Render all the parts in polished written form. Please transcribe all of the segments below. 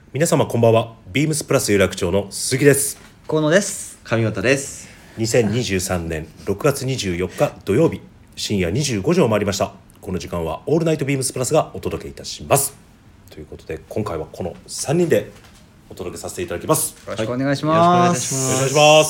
皆様こんばんは。ビームスプラス有楽町の鈴木です。 河野です。 上本です。 2023年6月24日土曜日深夜25時を回りました。この時間はオールナイトビームスプラスがお届けいたします。ということで今回はこの3人でお届けさせていただきます。 よろしくお願いします。 よろしくお願いします。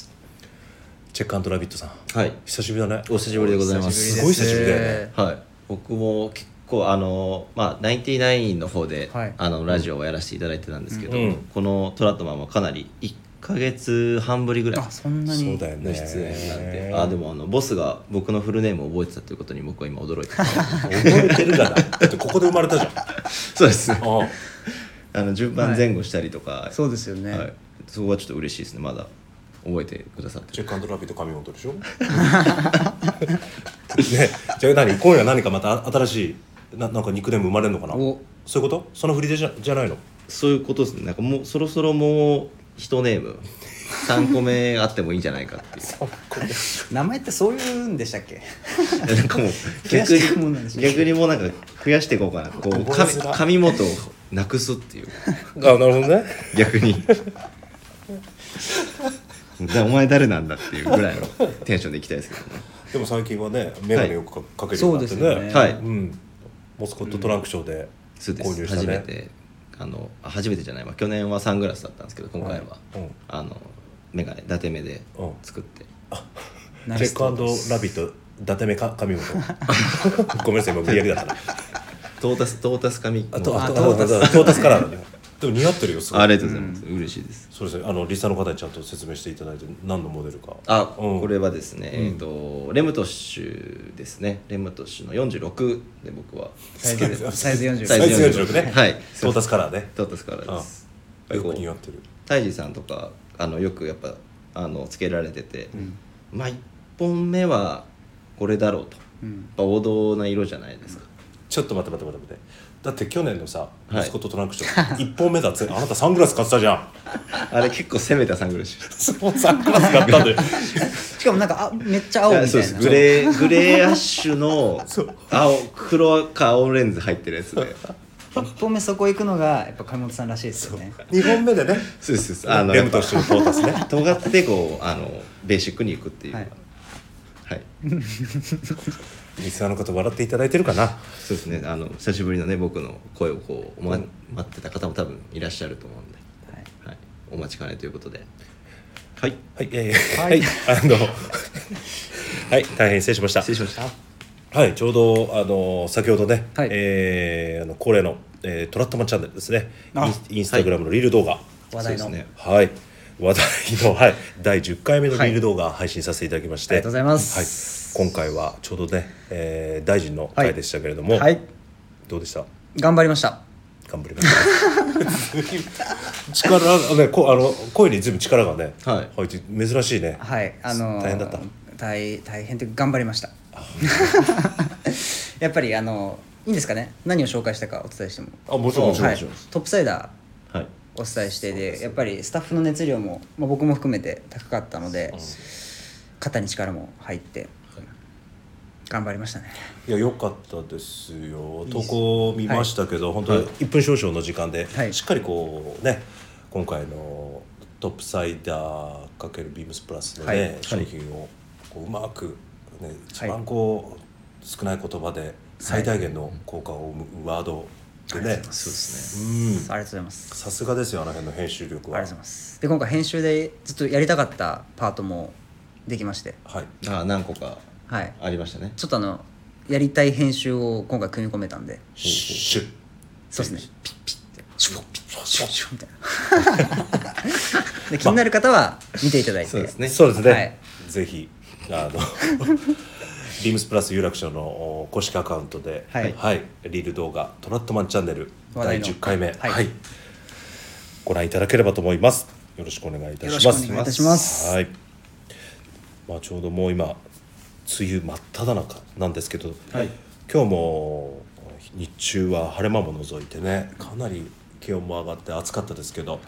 チェック&ラビットさん、 はい、 久しぶりだね。 お久しぶりでございます。 すごい久しぶりだよね。 はい、僕も結構ナインティナインの方で、 はい、 ラジオをやらせていただいてたんですけど、このトラットマンはかなり1ヶ月半ぶりぐらいそんなにそうだよねの出演なんで、でもボスが僕のフルネームを覚えてたということに僕は今驚いて覚えてるがな。だってここで生まれたじゃん。 そうです。順番前後したりとか、 はい、そうですよね、 はい、そこはちょっと嬉しいですね。まだ覚えてくださって。 チェック&ラビット上本でしょ。ね、じゃあ今夜何かまた新しいなんかニックネーム生まれるのかな。そういうこと？その振りでじゃないの？ そういうことですね。なんかもうそろそろもう1ネーム3個目あってもいいんじゃないかっていう名前ってそういうんでしたっけ？ なんかもう逆にもうなんか増やしていこうかな。こう上本をなくすっていう。 なるほどね。 逆にお前誰なんだっていうぐらいのテンションでいきたいですけどね。 でも最近はねメガネよくかけるようになってね、 そうですね、 はい、 モスコットトランクショーで購入したね。 初めて初めてじゃない、去年はサングラスだったんですけど今回は、メガネ伊達目で作って、 チェック&ラビット伊達目上本ごめんなさい今無理やりだったな。 トータス髪トータスカラーだね。でも似合ってるよすごい。 ありがとうございます、嬉しいです。 そうですね、リスナーの方にちゃんと説明していただいて何のモデルか。 これはですね、レムトッシュですね。レムトッシュの46で僕はサイズ 46ね。 はい、 トータスカラーね。 トータスカラーです。 よく似合ってる。 タイジさんとかよくやっぱつけられてて、1本目はこれだろうと、やっぱ王道な色じゃないですか。 ちょっと待ってだって去年のさモスコットトランクショー1本目だっつってあなたサングラス買ってたじゃん。 あれ結構攻めたサングラス。 そうサングラス買ったんでしかもなんかめっちゃ青みたいな。 そうです。グレーアッシュの黒か青レンズ入ってるやつで 1本目そこ行くのがやっぱ上本さんらしいですよね。 2本目でね。 そうですレムとしてのトータスね。 尖ってこうベーシックにいくっていう。はいリスナーの方笑っていただいてるかな。 そうですね。久しぶりのね僕の声をこう待ってた方も多分いらっしゃると思うんで、はい、お待ちかねということで、はいはい大変失礼しました。 失礼しました。 はい、ちょうど先ほどね、 はい恒例の、トラットマンチャンネルですね。インスタグラムのリール動画、 話題の、 はい話題の、第10回目のリール動画配信させていただきまして、 ありがとうございます。 今回はちょうどね、大臣の回でしたけれども、どうでした？ 頑張りました。 力ね、声に全部力がね、入って珍しいね。 はい、 大変だった。 大変というか頑張りました。やっぱりいいんですかね。何を紹介したかお伝えしても。 もちろん、 トップサイダーお伝えしてで、やっぱりスタッフの熱量も、僕も含めて高かったので、肩に力も入って頑張りましたね。 いや良かったですよ。投稿見ましたけど、本当に1分少々の時間で、しっかりこうね今回のトップサイダー×ビームスプラスのね、商品をこううまくね一番こう少ない言葉で最大限の効果を生むワードでね。 そうですね。ありがとうございます。 さすがですよ、あの辺の編集力は。 ありがとうございます。で今回編集でずっとやりたかったパートもできまして、 何個かありましたね。 ちょっとやりたい編集を今回組み込めたんで、 シュッ、 そうですね、ピッピッってシュッピッシュッシュッみたいなで気になる方は見ていただいて、 そうですね、ぜひビームスプラス有楽町の公式アカウントで、リール動画トラットマンチャンネル第10回目、ご覧いただければと思います。よろしくお願いいたします。 よろしくお願いいたします。 はい、ちょうどもう今梅雨真っ只中なんですけど、今日も日中は晴れ間も除いてね、かなり気温も上がって暑かったですけど、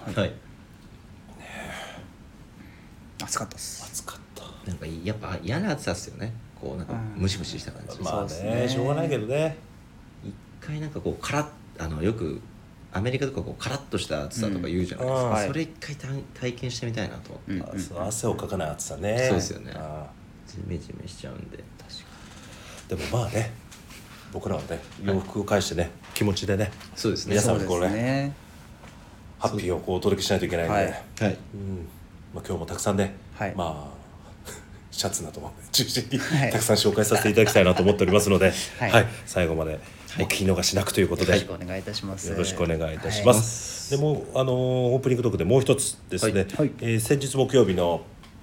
暑かったです。 暑かった。 なんかやっぱ嫌な暑さですよね。こうなんかムシムシした感じ。 しょうがないけどね。 一回なんかこうカラッよくアメリカとかこうカラッとした暑さとか言うじゃないですか、 うんそれ一回体験してみたいなと思って、 そう汗をかかない暑さね。 そうですよねあジメジメしちゃうんで。 でもまあね僕らはね洋服を返してね気持ちでねそうですね皆さんそうこれですね。 ハッピーをこうお届けしないといけないんで、 はいはいまあ、今日もたくさんね、 はいまあシャツなども中心にはいたくさん紹介させていただきたいなと思っておりますので、 はい最後までお聞き逃しなくということで、 よろしくお願いいたします。 よろしくお願いいたします。でもオープニングトークでもう一つですね、 はい先日木曜日の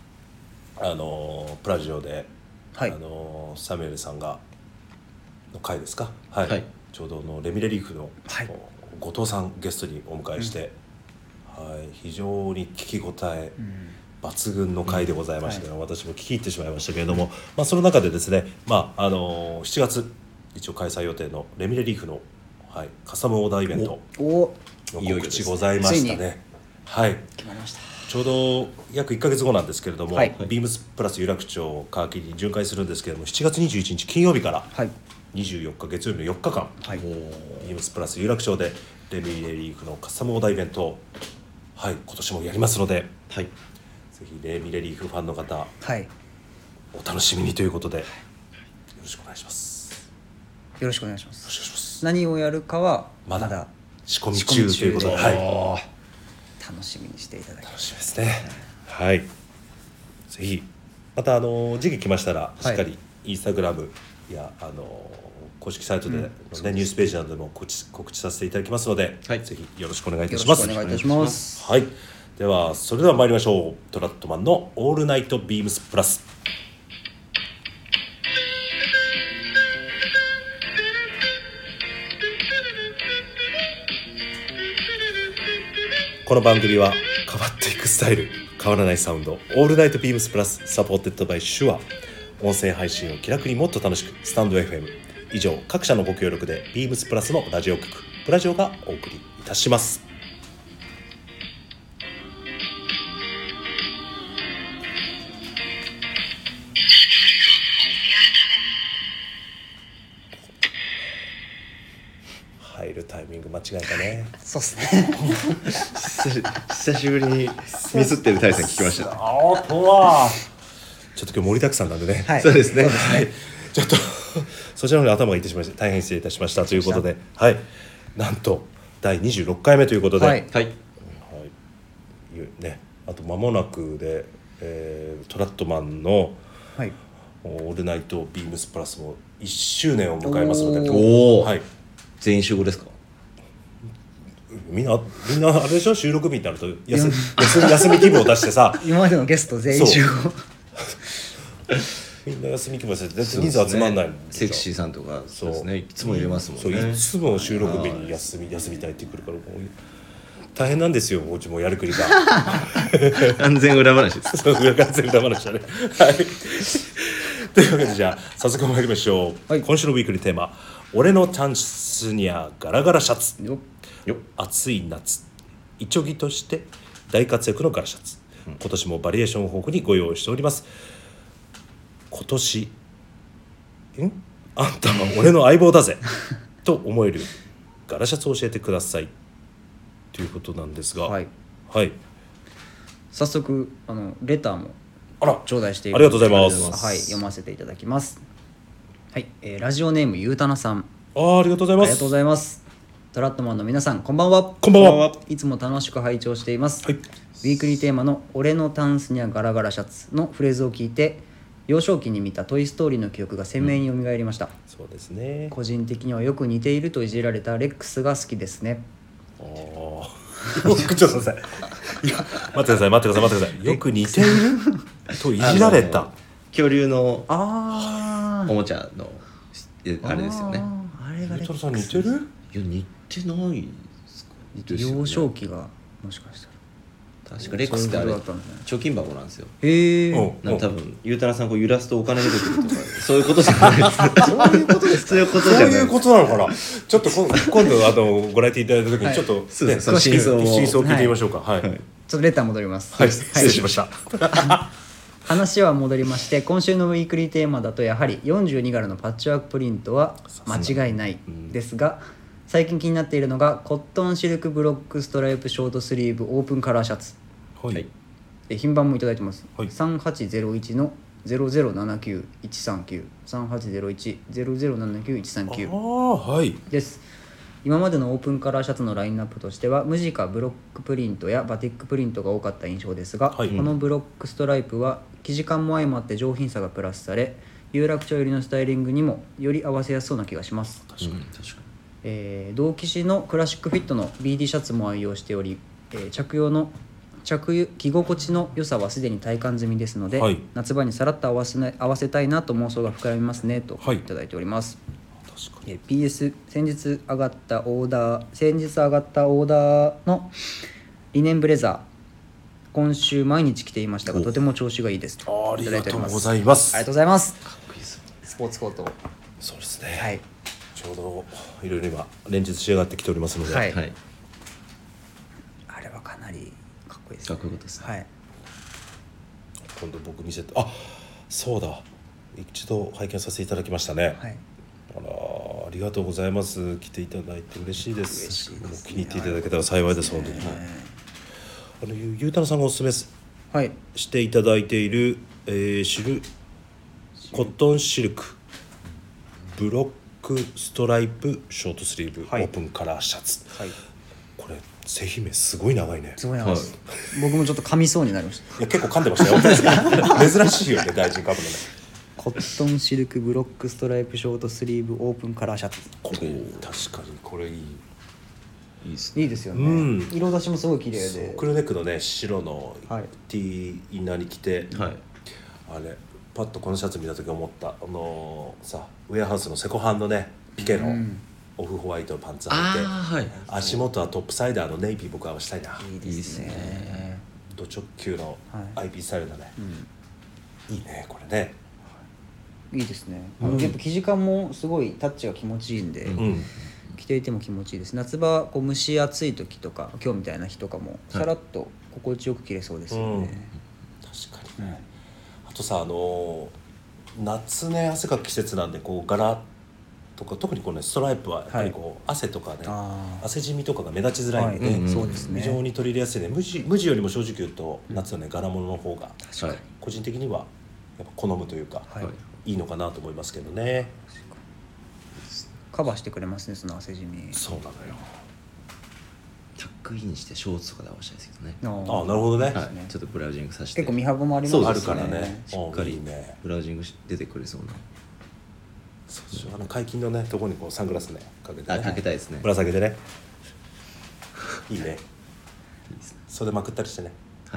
プラジオで、 はいサミュエルさんがの回ですか、はいはいちょうどレミレリーフの、 はい後藤さんゲストにお迎えして、はい、非常に聞き応え抜群の回でございまして、私も聞き入ってしまいましたけれども、まあ、その中でですね、7月一応開催予定のレミレリーフの、はい、カスタムオーダーイベントおのいよいよです告知ございましたついね。はい、 決まりました。 ちょうど約1ヶ月後なんですけれども、 はいビームスプラス有楽町を皮切りに巡回するんですけれども、7月21日金曜日からはい 24日月曜日の4日間、 はいビームスプラス有楽町でレミレリーフのカスタムオーダーイベントを、はい、今年もやりますので、 はいぜひレミレリーフファンの方はい。 お楽しみにということでよろしくお願いします。 よろしくお願いしまよろす。 しくお願いします。 何をやるかはまだまだ仕込み中ということで、はい、 楽しみにしていただき楽しみですね。はい。ぜひまた時期来ましたらしっかりインスタグラムや公式サイトでの、ねニュースページなどでも告知させていただきますので、 はいぜひよろしくお願いいたよろします。 しくお願いいたします。 はい。ではそれでは参りましょう。トラットマンのオールナイトビームスプラス。この番組は変わっていくスタイル、変わらないサウンド、オールナイトビームスプラスサポーテッドバイシュア。音声配信を気楽にもっと楽しく、スタンド FM。以上各社のご協力でビームスプラスのラジオ局プラジオがお送りいたします。入るタイミング間違えたね。 そうですね。 久しぶりにミスってる大戦聞きましたね。 あとはちょっと今日盛りだくさんなんでね、 はい。 そうですねはい、ちょっとそちらの方に頭がいってしまいました。大変失礼いたしましたということで、はい、なんと第26回目ということで、 はいはいね、あと間もなくで、トラットマンのはい。 オールナイトビームスプラスも1周年を迎えますので、 おーはい、 全員集合ですか？ みんなあれでしょ、収録日になると休み気分を出してさ今までのゲスト全員集合。 みんな休み気分を出して全然人数集まんないんでしょ。 セクシーさんとかそうですね、いつも入れますもんね。 そういつも収録日に休みたいって言ってくるからもう大変なんですよ、うちもやるくりが安全裏話です。 そう裏完全裏話だね。はいというわけでじゃあ早速参りましょう、 はい今週のウィークリーテーマ、俺のタンスにゃガラガラシャツ。 よっよっ暑い夏いちょぎとして大活躍のガラシャツ、今年もバリエーション豊富にご用意しております。今年あんたは俺の相棒だぜと思えるガラシャツを教えてくださいということなんですが、 はい。 はい、 早速レターもあら頂戴しているありがとうございますはい、読ませていただきます。はい、ラジオネームゆうたなさん、 ありがとうございます。 ありがとうございます。トラットマンの皆さんこんばんは。 こんばんは。 いつも楽しく拝聴しています、 はい、 ウィークリーテーマの俺のタンスにはガラガラシャツのフレーズを聞いて、幼少期に見たトイストーリーの記憶が鮮明によみがえりました、 そうですね。 個人的にはよく似ているといじられたレックスが好きですね。 あーちょっと待ってください。いや待ってください待ってください待ってください。よく似ているといじられた。 恐竜のあおもちゃのあれですよね。 あれがレックスゆうたろさん似てる？ いや似てないですか？ですよね幼少期がもしかしたら確かレックスってあれそういうことだったんだね貯金箱なんですよ。 へえ、 うんなんか多分ゆうたらさんこう揺らすとお金出てくるとかそういうことじゃないです。 そういうことですか。 そういうことじそうゃないいうことなのかな。ちょっと今度ご来店いただいた時にちょっと、 そうですその真相を真相を聞いてみましょうか。はい。 ちょっとレター戻ります。 はい、失礼しました。 話は戻りまして、今週のウィークリーテーマだとやはり42柄のパッチワークプリントは間違いないですが、 最近気になっているのがコットンシルクブロックストライプショートスリーブオープンカラーシャツ、 はい、 品番もいただいてます、 はい、 3801の0079139 3801-0079139 はいです。今までのオープンカラーシャツのラインナップとしては無地かブロックプリントやバティックプリントが多かった印象ですが、 はい、 このブロックストライプは生地感も相まって上品さがプラスされ、有楽町寄りのスタイリングにもより合わせやすそうな気がします。 確かに同機種のクラシックフィットの BD シャツも愛用しており、着心地の良さはすでに体感済みですので、 はい、 夏場にさらっと合わせたいなと妄想が膨らみますねといただいております。 確かに。 PS 先日上がったオーダーのリネンブレザー、今週毎日着ていましたがとても調子がいいですとありいただいております。 がとうございます。 ありがとうございます。 かっこいいですよね。 スポーツコート、 そうですね、 はい、 ちょうどいろいろ今連日仕上がってきておりますので、 はい、 はい、 あれはかなりかっこいいです、 かっこよかったですね。 はい、 今度僕見せて、あ、そうだ、一度拝見させていただきましたね、 はい、 ありがとうございます。来ていただいて嬉しいです。 嬉しいですね。 もう気に入っていただけたら幸いです、本当に。ゆうたろさんがおすすめしていただいている、コットンシルクブロックストライプショートスリーブ、 はい、 オープンカラーシャツ、 はい、 これ製品名すごい長いね。 すごい長いです、はい、僕もちょっと噛みそうになりました。 いや結構噛んでましたよ珍しいよね、大臣噛むのね。 コットンシルクブロックストライプショートスリーブオープンカラーシャツ、 これ確かにこれいい、 いいですね。 いいですよね、 うん、 色出しもすごい綺麗で、 クルーネックのね白の T インナーに着て、 はい、 あれパッとこのシャツ見た時思った、さウェアハウスのセコハンのねピケのオフホワイトのパンツ履いて、 はい、 足元はトップサイダーのネイビー僕は合わせたいな。 いいですね。 ド直球の IP スタイルだね、いいねこれね。 いいですね、やっぱ生地感もすごいタッチが気持ちいいんで、着ていても気持ちいいです。夏場こう蒸し暑い時とか今日みたいな日とかもさらっと心地よく着れそうですよね、 確かにね、あとさ夏ね汗かく季節なんでこう柄とか特にこの、ね、ストライプはやっぱりこう、汗とかね汗じみとかが目立ちづらいので、 そうですね、 非常に取り入れやすいね。無地よりも正直言うと夏のね柄物の方が個人的にはやっぱ好むというか、いいのかなと思いますけどね。 カバーしてくれますね、その汗じみ。 そうなのよ。 タックインしてショーツとかで合わせたいですけどね。 ああ、なるほどね、 はい、ちょっとブラウジングさせて結構身幅もありますね。 あるからね、 しっかりねブラウジング出てくれそうな。 そう解禁のねとこにこうサングラスねかけてね、 かけたいですね。 ぶら下げてねいいね。 いいですね。 袖まくったりしてね。 はい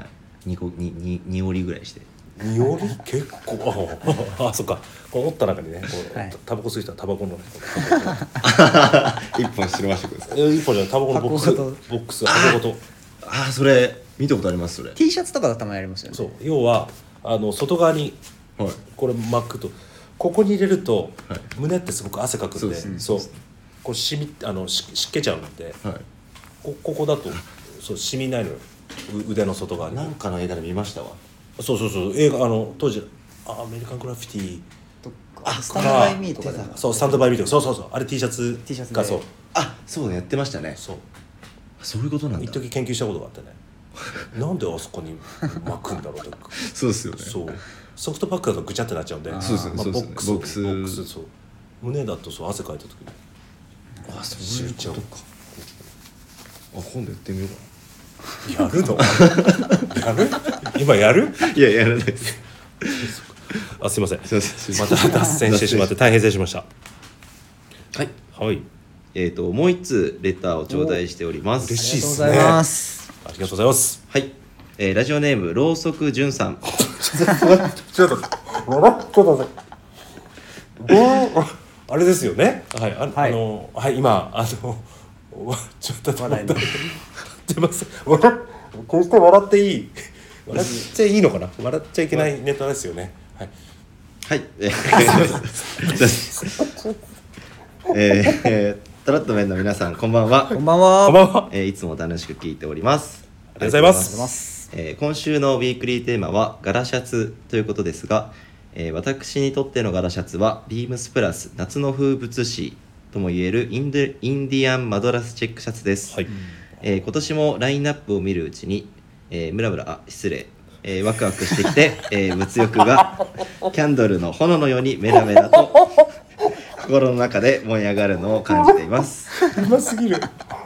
。2折りぐらいして。 2折り結構あそっか、こう持った中にねこう、タバコ吸いたらタバコのね一本白ましてください。 一本じゃタバコのボックス箱ごと。 ああ、それ見たことあります。それ T シャツとかだたまにありますよね。 そう、要は外側にこれ巻くと、ここに入れると胸ってすごく汗かくんで、そうこう湿気ちゃうんで、ここだとそう染みないのよ、腕の外側に。 なんかの映画で見ましたわ。 そう映画当時アメリカングラフィティとかスタンドバイミーとかでそうスタンドバイミーとかそうあれ T シャツがそうそうやってましたね。そういうことなんだ。 一時研究したことがあってねなんであそこに巻くんだろうとそうですよね。 そうソフトパックだとぐちゃってなっちゃうんで、ボックスそう胸だとそう汗かいた時にそういうことか。今度やってみようかな。 やるのやる今やる？ いや、やらないです。 すいません、また脱線してしまって大変失礼しました。はい、 もう一通レターを頂戴しております。 嬉しいですね。 ありがとうございます。 ありがとうございます。 はい、ラジオネームろうそくじゅんさん。 ちょっとあれですよね。はい今ちょっと笑ってます。決して笑っていい。笑っちゃいいのかな。笑っちゃいけないネタですよね。はい。 はい。トラットメンの皆さん、こんばんは。 こんばんは。 いつも楽しく聞いております。 ありがとうございます。 今週のウィークリーテーマは柄シャツということですが、私にとっての柄シャツはビームスプラス夏の風物詩ともいえるインディアンマドラスチェックシャツです、はい今年もラインナップを見るうちに、ムラムラ失礼、ワクワクしてきて、物欲がキャンドルの炎のようにメラメラと心の中で燃え上がるのを感じていますうますぎる、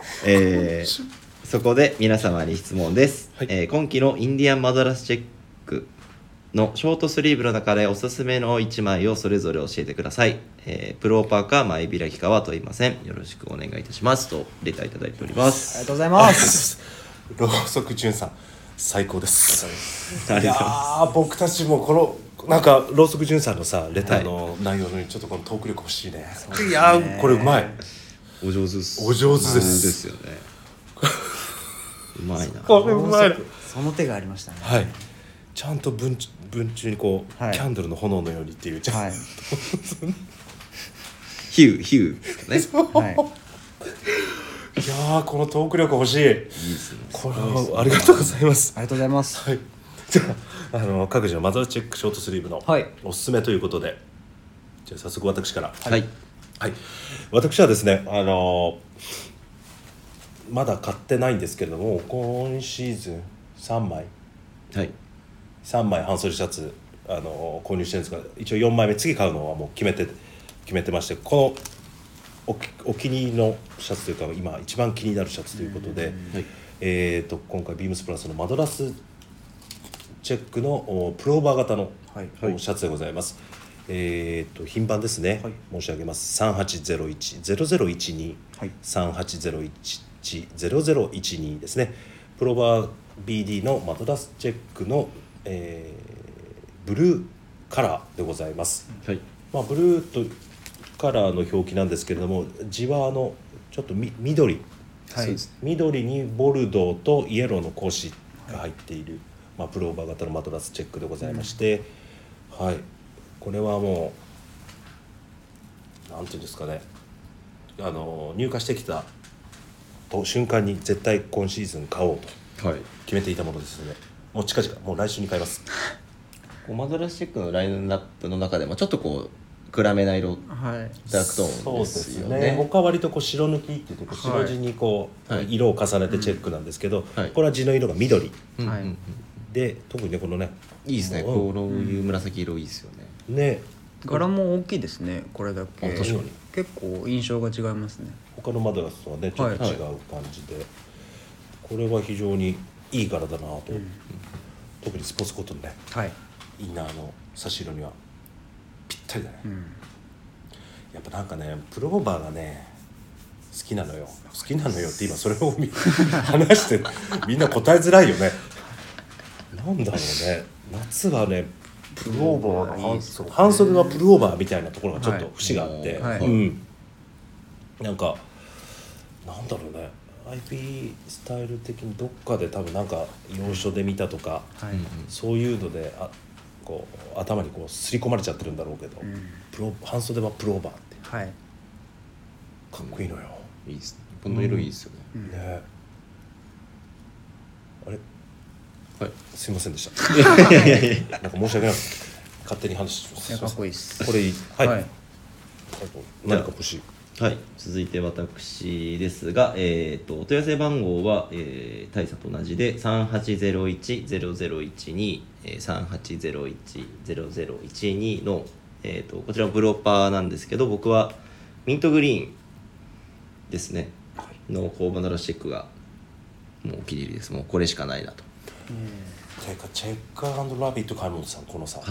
そこで皆様に質問です、 はい今期のインディアンマドラスチェックのショートスリーブの中でおすすめの1枚をそれぞれ教えてください、プローパーか前開きかは問いません。よろしくお願いいたしますとレターいただいております。 ありがとうございます。 ろうそくじゅんさん最高です。 いや僕たちもこのなんかろうそくじゅんさんのさレターの内容にちょっとこのトーク力欲しいね、はい、いやこれうまい。 お上手です。 お上手ですよねうまいな。 これうまい。 その手がありましたね。 はい。ちゃんと文中にこう、はい、キャンドルの炎のようにっていうちゃんと、はい、 ヒューですかね。はい。 いやこのトーク力欲しい。いいですね。 これはありがとうございます。 ありがとうございます。 はい。じゃあ各自のマザーチェックショートスリーブのおすすめということで、じゃあ早速私から。 はい。 はい。私はですねまだ買ってないんですけれども今シーズン3枚。 はい。 3枚半袖シャツ購入してるんですが一応4枚目次買うのはもう決めてまして、このお気に入りのシャツというか今一番気になるシャツということで、はい、今回ビームスプラスのマドラスチェックのプローバー型のシャツでございます、品番ですね、はい、申し上げます。3801-0012、はい、3801-0012ですね。プローバー BD のマドラスチェックのブルーカラーでございます、はい。ブルーとカラーの表記なんですけれども地はちょっと緑、はい、緑にボルドーとイエローの格子が入っている、プローバー型のマドラスチェックでございまして、はい、これはもうなんていうんですかね入荷してきた瞬間に絶対今シーズン買おうと決めていたものですので、もう近々もう来週に買います。 マドラスチェックのラインナップの中でもちょっとこう暗めな色、ダークトーンですよね。 他は割とこう白抜きって言って白地にこう、色を重ねてチェックなんですけど、これは地の色が緑、で特にねこのねいいですね、こういう紫色いいですよね。 ね、 柄も大きいですね。これだけ確かに結構印象が違いますね。 他のマドラスとはねちょっと違う感じで、これは非常にいい柄だなと、特にスポーツコットンね、インナーの差し色にはぴったりだね、やっぱなんかねプローバーがね好きなのよって今それを話してみんな答えづらいよね。なんだろうね、夏はねプローバーが半袖はプルオーバーみたいなところがちょっと節があって、なんかなんだろうね、IP スタイル的にどっかで多分なんか洋書で見たとか、そういうのでこう頭にこう刷り込まれちゃってるんだろうけど、半袖はプローバーって、かっこいいのよ。 いいですね。この色いいですよね。 ね、あれ、すいませんでした。なんか申し訳なく勝手に話します。 かっこいいです。 これいい。はい。何か欲しい。 はい、続いて私ですが、お問い合わせ番号は、大佐と同じで3801-0012、3801-0012の、こちらのプロパーなんですけど、僕はミントグリーンですね、のコーバナラシェックがもうお気に入りです。もうこれしかないなと。 チェッカー&ラビット買い物さん、このさ、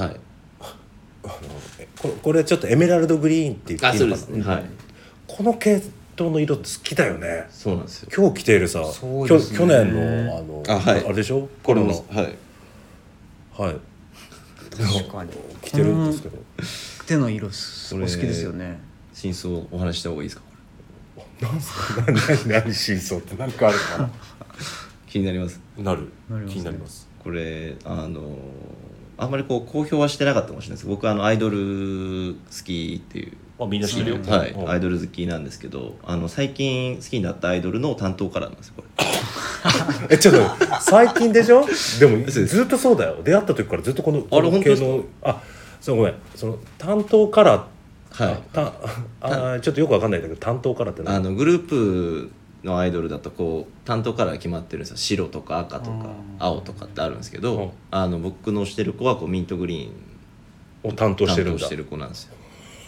これちょっとエメラルドグリーンって言っていいのかな。そうですね、はい。この系統の色好きだよね。 そうなんですよ。 今日着ているさ、去年のあれでしょ、これのはい確かに着てるんですけど、 手の色お好きですよね。 真相をお話した方がいいですか。 なんすか。何真相って何かあるかな。 気になります。 気になります。 これあんまりこう公表はしてなかったかもしれないです。僕アイドル好きっていう、 みんな知ってるよ、 はい、アイドル好きなんですけど、最近好きになったアイドルの担当カラーなんですよこれ。ちょっと最近でしょ。でもずっとそうだよ。出会った時からずっとこの系のそうごめん、その担当カラーっちょっとよくわかんないんだけど担当カラーって何？ グループのアイドルだとこう担当カラー決まってるんですよ。白とか赤とか青とかってあるんですけど、僕のしてる子はこうミントグリーンを担当してるんだ。 担当してる子なんですよ。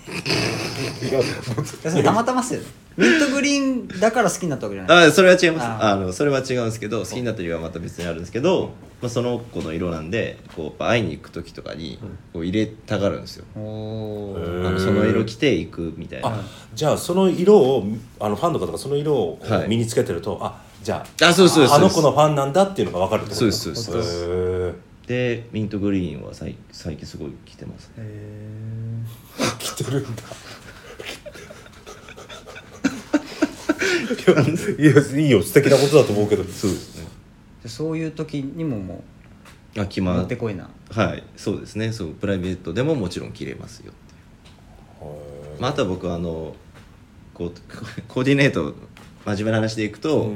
たまたまっすよ。ミントグリーンだから好きになったわけじゃない。 それは違います。それは違うんですけど、好きになった理由はまた別にあるんですけど、その子の色なんでこうやっぱ会いに行く時とかにこう入れたがるんですよ。その色着ていくみたいな。 じゃあその色をファンの方がその色を身につけてると、じゃあそうあの子のファンなんだっていうのが分かるってこと？ そうです。でミントグリーンは最近すごい着てますね。 着てるんだ。いいよ、素敵なことだと思うけど。 そうですね。 そういう時にももうもってこいな。 はいそうですね。そうプライベートでももちろん着れますよっていう。あとは僕こうコーディネート真面目な話でいくと、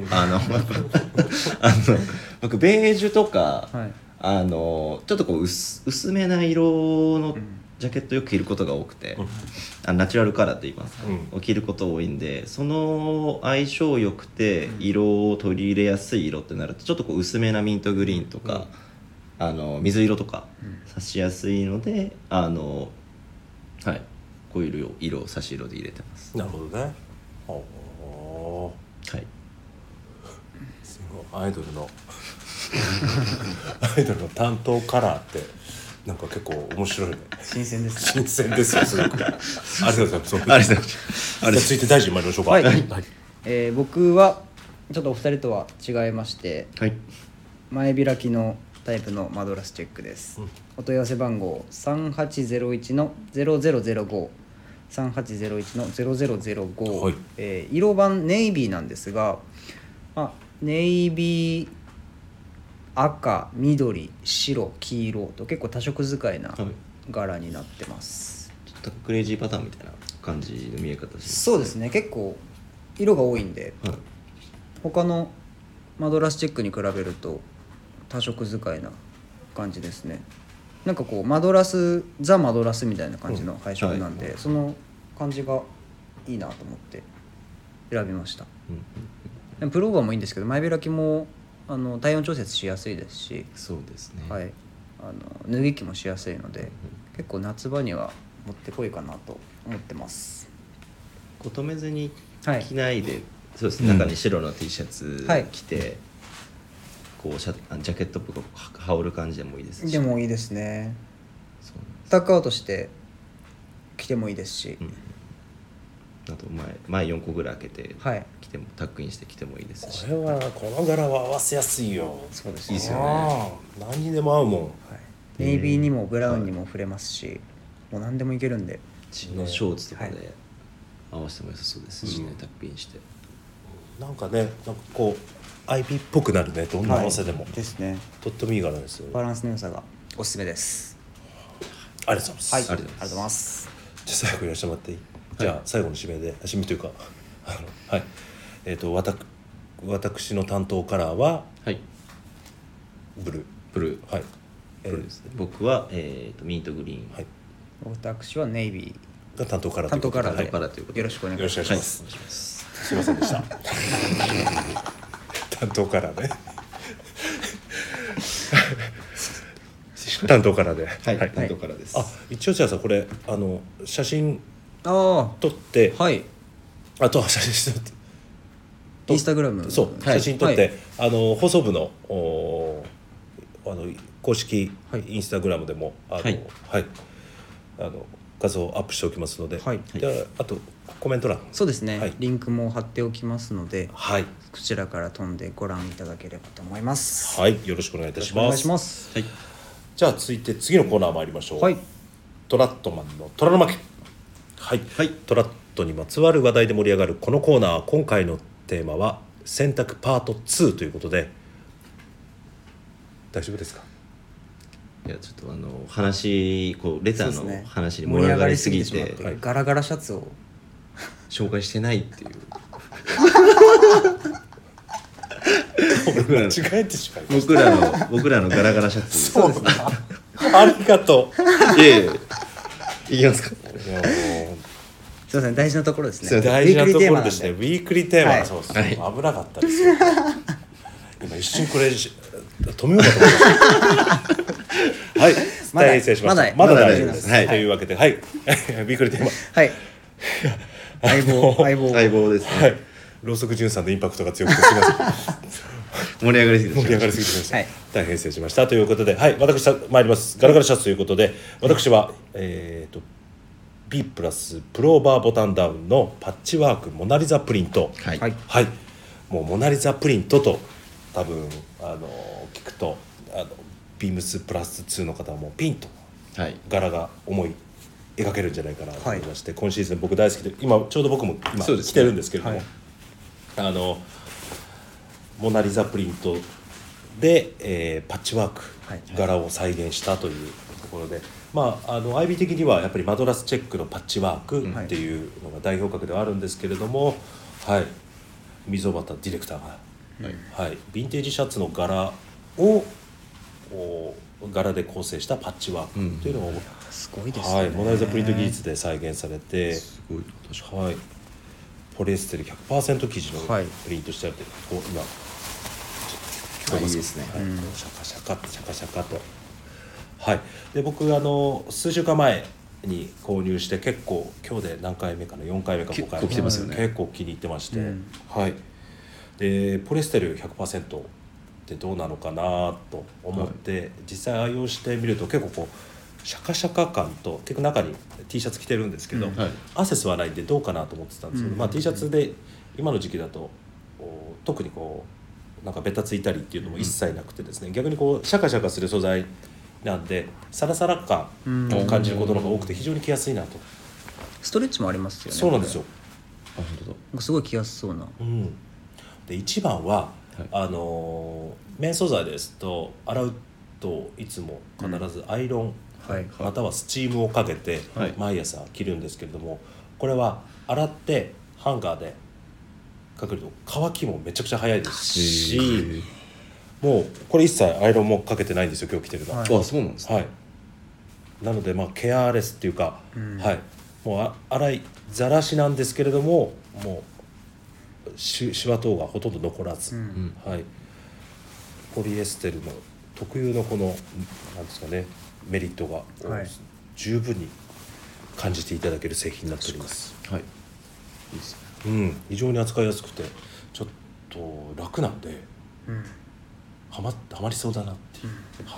僕ベージュとか、ちょっとこう薄めな色のジャケットよく着ることが多くて、ナチュラルカラーと言いますか、を着ること多いんで、その相性良くて色を取り入れやすい色ってなるとちょっとこう薄めなミントグリーンとか、水色とか差しやすいので、こういう色を差し色で入れてます。 なるほどね。 はい。 すごいアイドルの担当カラーってなんか結構面白いね。 新鮮ですね。 新鮮ですよ、すごく。ありがとうございます。 ありがとうございます。 続いて大臣参りましょうか。 僕はちょっとお二人とは違いまして、前開きのタイプのマドラスチェックです。お問い合わせ番号3801-0005 3801-0005、色番ネイビーなんですが、ネイビー、赤、緑、白、黄色と結構多色使いな柄になってます。 ちょっとクレイジーパターンみたいな感じの見え方です。 そうですね。結構色が多いんで、他のマドラスチェックに比べると多色使いな感じですね。なんかこうマドラスザ・マドラスみたいな感じの配色なんで、その感じがいいなと思って選びました。プローバーもいいんですけど、前開きも体温調節しやすいですし、 そうですね。 脱ぎ着もしやすいので、結構夏場にはもってこいかなと思ってます。 止めずに着ないで、そうですね。中に白の T シャツ着て、こうジャケットっぽく羽織る感じでもいいですし。でもいいですね。タックアウトして着てもいいですし、 あと前4個ぐらい開けて着ても、タックインして着てもいいですし。 この柄は合わせやすいよ。 そうですね。いいですよね。 何にでも合うもん。 ネイビーにもブラウンにも触れますし、もう何でもいけるんで。 チノショーツとかで合わせても良さそうですしね、タックインして。 なんかこうアイビーっぽくなるね、どんな合わせでも。 ですね。 とってもいい柄ですよ。 バランスの良さがおすすめです。 ありがとうございます。 ありがとうございます。 じゃあ最後いらっしゃってもらっていい？じゃあ最後の締めというか私の担当カラーはブルー。 ブルーですね。僕はミントグリーン。 私はネイビーが担当カラーということで、 よろしくお願いします。 すいませんでした。担当カラーね。担当カラーで。 担当カラーです。 一応じゃあさ、これ写真撮って、あとは写真撮って。 インスタグラム、 そう、写真撮って、放送部の公式インスタグラムでも画像をアップしておきますので、あとコメント欄、 そうですね、リンクも貼っておきますので、こちらから飛んでご覧いただければと思います。 よろしくお願いいたします。じゃあ続いて次のコーナー参りましょう。トラットマンの虎の巻。トラットにまつわる話題で盛り上がるこのコーナー、今回のテーマは選択パート2ということで、大丈夫ですか？ いや、ちょっと話レターの話に盛り上がりすぎてガラガラシャツを紹介してないっていう間違えてしまいました。僕らのガラガラシャツ。 そうですね。 ありがとう。 いきますか。 すいません、大事なところですね。 大事なところですね。ウィークリーテーマ、 はいそうです、危なかったですよ。今一瞬これ止めようかと思いましたはい、大変失礼しました。まだ大丈夫です、というわけで、はい、ウィークリーテーマ、 はい、 相棒ですね。 はい、ろうそくじゅんさんのインパクトが強くてすみません盛り上がりすぎてました、大変失礼しましたということで、はい、私参ります。ガラガラシャツということで、私はB プラスプローバーボタンダウンのパッチワークモナリザプリント、はい、もうモナリザプリントと多分聞くとビームスプラス2の方はもうピンと柄が思い描けるんじゃないかなと思いまして、今シーズン僕大好きで、今ちょうど僕も今着てるんですけれども、モナリザプリントで、パッチワーク柄を再現したというところで、IB 的にはやっぱりマドラスチェックのパッチワークっていうのが代表格ではあるんですけれども、溝端ディレクターが、ヴィンテージシャツの柄で構成したパッチワークというのを、 すごいですね、 モナリザプリント技術で再現されて、 すごい、 ポリエステル 100% 生地のプリントしてあるって、今聞こえますか？いいですね、シャカシャカと、で僕数週間前に購入して、結構今日で何回目かな、4回目か5回目、 結構来てますよね。 結構気に入ってまして、でポリエステル 100% ってどうなのかなと思って、実際愛用してみると結構こうシャカシャカ感と、結構中に T シャツ着てるんですけど、汗吸わないんでどうかなと思ってたんですけど、T シャツで今の時期だと特にこうなんかベタついたりっていうのも一切なくてですね、逆にこうシャカシャカする素材なんでサラサラ感を感じることの方が多くて、非常に着やすいなと。 ストレッチもありますよね。 そうなんですよ。 本当だ。 すごい着やすそうな。 で一番は、綿素材ですと洗うといつも必ずアイロン、またはスチームをかけて毎朝着るんですけれども、これは洗ってハンガーでかけると乾きもめちゃくちゃ早いですし、もうこれ一切アイロンもかけてないんですよ、今日着てるのは。 そうなんですね。 なのでケアレスっていうか、もう洗いざらしなんですけれども、もうシワ等がほとんど残らず、ポリエステルの特有のこのなんですかね、メリットが十分に感じていただける製品になっております。いいですね。非常に扱いやすくてちょっと楽なんで、はまりそうだなっていう、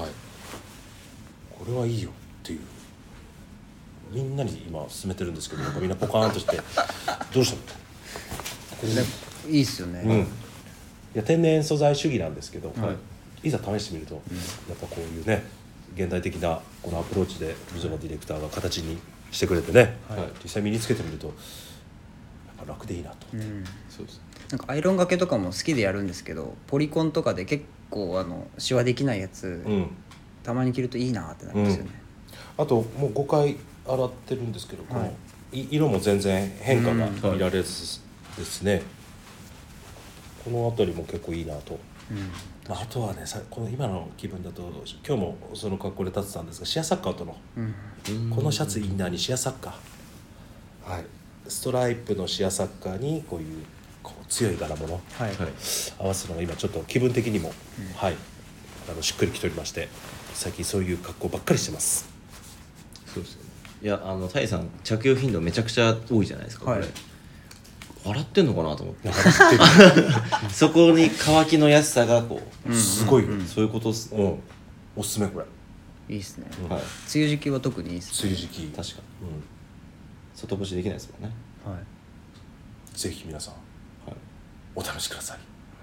これはいいよっていう、みんなに今勧めてるんですけど、なんかみんなポカーンとしてどうしたの？これいいっすよね。 いや天然素材主義なんですけど、いざ試してみると、やっぱこういうね現代的なこのアプローチで溝端ディレクターが形にしてくれてね、実際身につけてみるとやっぱ楽でいいなと思って、 そうです。なんかアイロンがけとかも好きでやるんですけど、ポリコンとかで結構シワできないやつ、たまに着るといいなってなりますよね。 あともう5回洗ってるんですけど、この色も全然変化が見られずですね、この辺りも結構いいなと。あとはね、この今の気分だと今日もその格好で立ってたんですが、シアサッカーとの、このシャツインナーにシアサッカー、ストライプのシアサッカーにこういう強い柄物、合わせるのが今ちょっと気分的にも、しっくりきておりまして、最近そういう格好ばっかりしてます。 そうですよね。いやタイさん着用頻度めちゃくちゃ多いじゃないですか、これ。洗ってんのかなと思ってそこに乾きの安さがこう、 すごい、 そういうことっすね。 おすすめこれ。 いいっすね。梅雨時期は特にいいっすね。 梅雨時期確かに、外干しできないですもんね。 ぜひ皆さん、お試しください。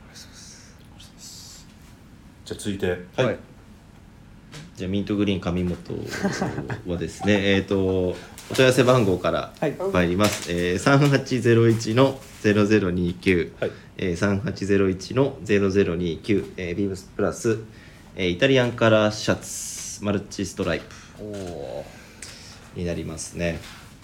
じゃあ続いて、 じゃあミントグリーン上本はですねお問い合わせ番号から参ります、3801の0029、3801の0029、ビームスプラス、イタリアンカラーシャツマルチストライプになりますね。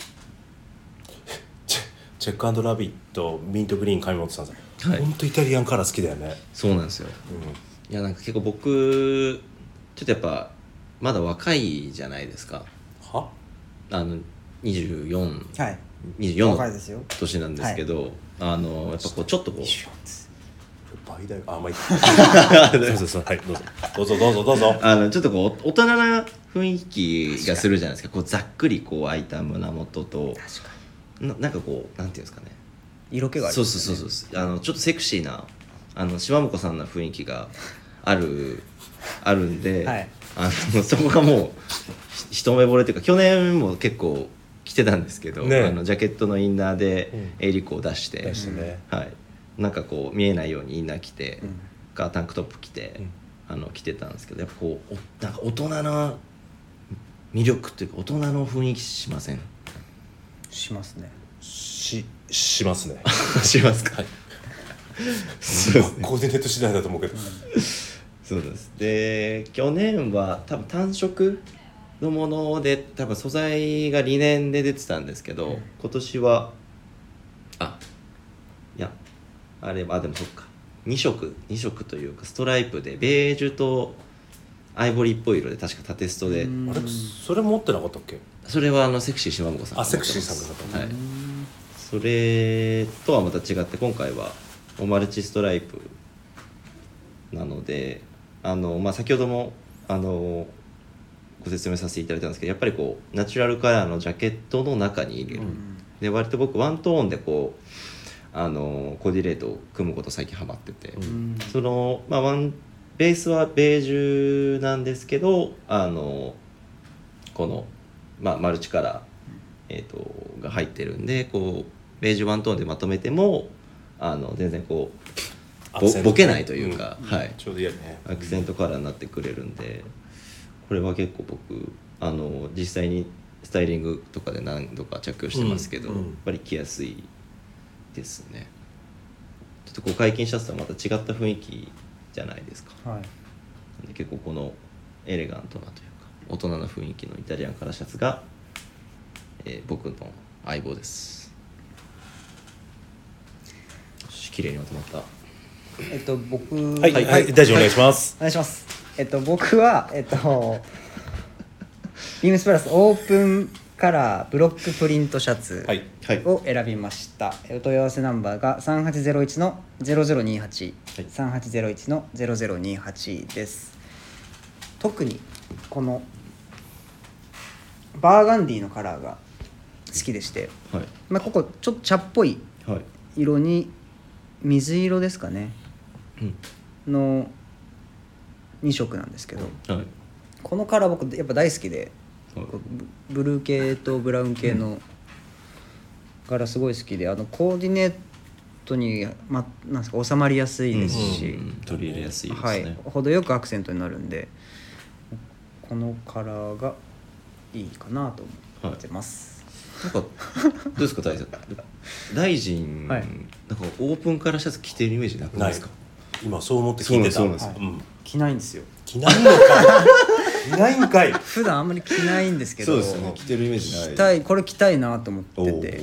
チェック&ラビットミントグリーン上本さん、本当イタリアンカラー好きだよね。 そうなんですよ、いやなんか結構僕ちょっとやっぱまだ若いじゃないですか。24 24の若いですよ年なんですけど、やっぱこうちょっとこう倍だよ。あ、まあいいそうはい、どうぞちょっとこう大人な雰囲気がするじゃないですか。こうざっくりこう開いた胸元となんかこうなんていうんですかね、 色気がある、 そうちょっとセクシーな島婿さんの雰囲気があるんで、 はい、 そこがもう一目惚れというか、去年も結構着てたんですけど、 ね、 ジャケットのインナーでエリコを出して、 ね、 はい、なんかこう見えないようにインナー着て、タンクトップ着て、着てたんですけど、やっぱこうなんか大人な魅力というか大人の雰囲気しません？ しますね。 しますね。 しますか？はい。 コーディネート次第だと思うけど。 そうです。で去年は多分単色のもので多分素材がリネンで出てたんですけど、今年はいやあれはでもそっか2色というかストライプでベージュとアイボリーっぽい色で確か縦ストで、 あれそれ持ってなかったっけ？ それはセクシー島本さんがセクシーさんがはい、それとはまた違って今回はマルチストライプなので先ほどもご説明させていただいたんですけど、やっぱりこうナチュラルカラーのジャケットの中に入れる、で割と僕ワントーンでこうコーディネートを組むこと最近ハマってて、そのベースはベージュなんですけどこの、マルチカラー、が入ってるんで、こうベージュワントーンでまとめても全然こうボケないというか、はい、 ちょうどいいよね。 アクセントカラーになってくれるんで、これは結構僕実際にスタイリングとかで何度か着用してますけど、やっぱり着やすいですね。ちょっとこう解禁シャツとはまた違った雰囲気じゃないですか、 はい、 で結構このエレガントなというか大人な雰囲気のイタリアンカラーシャツが、僕の相棒です。綺麗にまとまった。 僕はい大臣お願いします。 お願いします。僕はビームスプラスオープンカラーブロックプリントシャツを選びました。お問い合わせナンバーが3801の0028、3801の0028です。特にこのバーガンディのカラーが好きでして、ここちょっと茶っぽい色に水色ですかね、の2色なんですけど、このカラー僕やっぱ大好きで、ブルー系とブラウン系の柄すごい好きで、コーディネートに、なんですか収まりやすいですし、 取り入れやすいですね、 程よくアクセントになるんで、このカラーがいいかなと思ってます。 なんかどうですか大臣、なんかオープンカラーシャツ着てるイメージなくないですか？ 今そう思って聞いてた。 着ないんですよ。 着ないのかい。着ないんかい。 普段あんまり着ないんですけど、 そうですね、着てるイメージない。 これ着たいなと思ってて、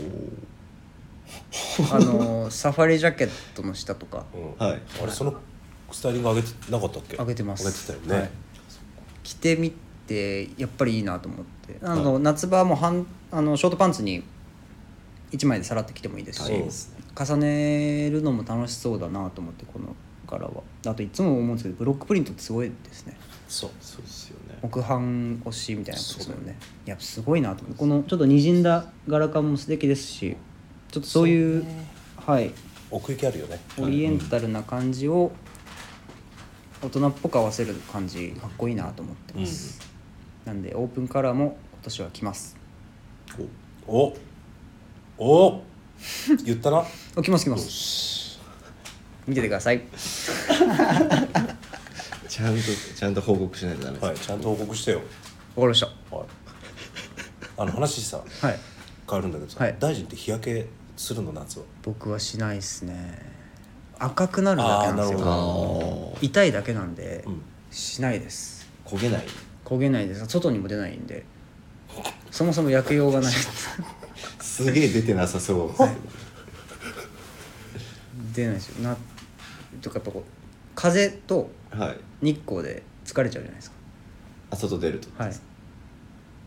サファリジャケットの下とか、 あれそのスタイリング上げてなかったっけ？ 上げてます。 上げてたよね。 着てみてやっぱりいいなと思って、夏場もショートパンツに1枚でさらって着てもいいですし、重ねるのも楽しそうだなと思って、この柄は。あといつも思うんですけど、ブロックプリントってすごいですね。 そうですよね。 木版推しみたいなことですもんね。いやすごいなと思って、このちょっとにじんだ柄感も素敵ですし、ちょっとそういう奥行きあるよね。 オリエンタルな感じを大人っぽく合わせる感じかっこいいなと思ってます、なんでオープンカラーも今年は着ます。 お言ったな。 着ます見ててくださいちゃんと報告しないとダメです。 ちゃんと報告してよ。 わかりました。 話さ変わるんだけどさ、大臣って日焼けするの？夏は僕はしないですね。赤くなるだけなんですよ。痛いだけなんで、しないです。 焦げないです。外にも出ないんで、そもそも焼けようがないすげえ出てなさそう、 出ないですよ。とかやっぱこう風と日光で疲れちゃうじゃないですか。 外出ると。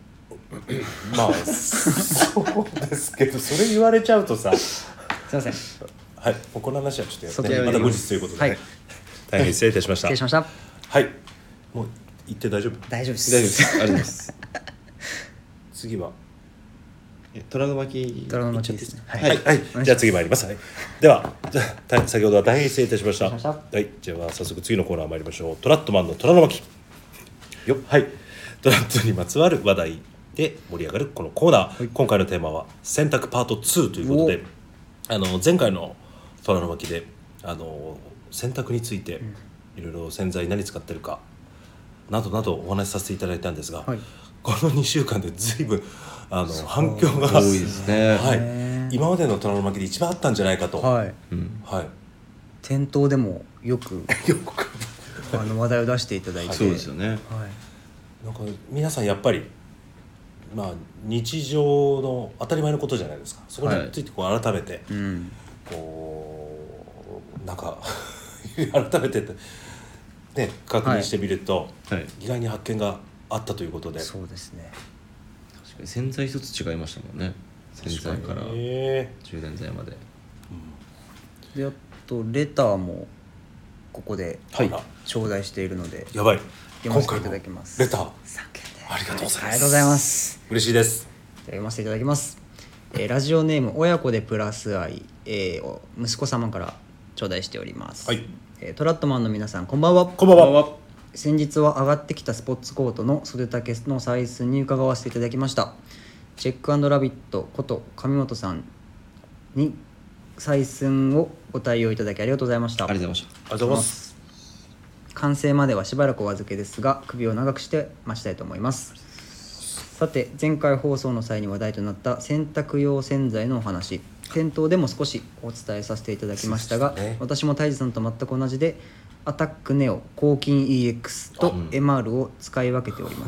まあそうですけど、それ言われちゃうとさ、 すいません。 はい、もうこの話はちょっとそちらにまた後日ということで、ね、 はい大変失礼いたしました。 失礼しました。 はい、もう言って大丈夫？ 大丈夫です。 大丈夫です。ありがとうございます。 次は虎の巻。 ドラマの巻ですね。 はい、はいじゃあ次参ります。はい、では先ほどは大変失礼いたしました。 失礼しましたはい、じゃあ早速次のコーナー参りましょう。トラットマンの虎の巻よ。はい、トラットにまつわる話題で盛り上がるこのコーナー、今回のテーマは選択パート2ということで、前回の虎の巻で洗濯についていろいろ洗剤何使ってるかなどなどお話しさせていただいたんですが、 はいこの2週間で随分反響が多いですね。 はい、今までの虎の巻で一番あったんじゃないかと、 はい。 はい、 店頭でもよくよく話題を出していただいて、 そうですよね。 はい。 なんか皆さんやっぱりまあ日常の当たり前のことじゃないですか。そこについてこう改めて、 うん。 こうなんか改めてね確認してみると、 はい。 意外に発見があったということで、 そうですね。 確かに洗剤一つ違いましたもんね。洗剤から充電剤まで。 であとレターもここではい頂戴しているのでやばい、 読ませていただきます。 レター叫んでありがとうございます。 ありがとうございます。 嬉しいです。 じゃあ読ませていただきます。ラジオネーム親子でプラス愛、息子様から頂戴しております。 はい。 トラットマンの皆さんこんばんは。 こんばんは。 先日は上がってきたスポーツコートの袖丈の採寸に伺わせていただきました。チェック&ラビットこと上本さんに採寸をご対応いただきありがとうございました。 ありがとうございましありがとうございます。 完成まではしばらくお預けですが首を長くして待ちたいと思います。さて前回放送の際に話題となった洗濯用洗剤のお話、店頭でも少しお伝えさせていただきましたが、私も泰治さんと全く同じでアタックネオ抗菌 EX と MR を使い分けております。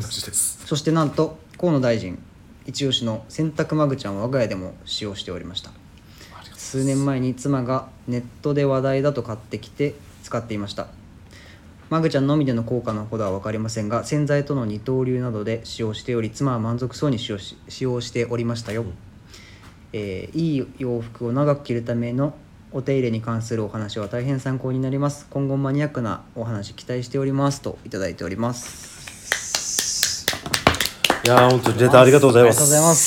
そしてなんと河野大臣一押しの洗濯マグちゃんを我が家でも使用しておりました。数年前に妻がネットで話題だと買ってきて使っていました。マグちゃんのみでの効果のほどは分かりませんが、洗剤との二刀流などで使用しており、妻は満足そうに使用しておりましたよ。いい洋服を長く着るためのお手入れに関するお話は大変参考になります。今後マニアックなお話期待しておりますといただいております。 いやー本当にレターありがとうございます。 ありがとうございます。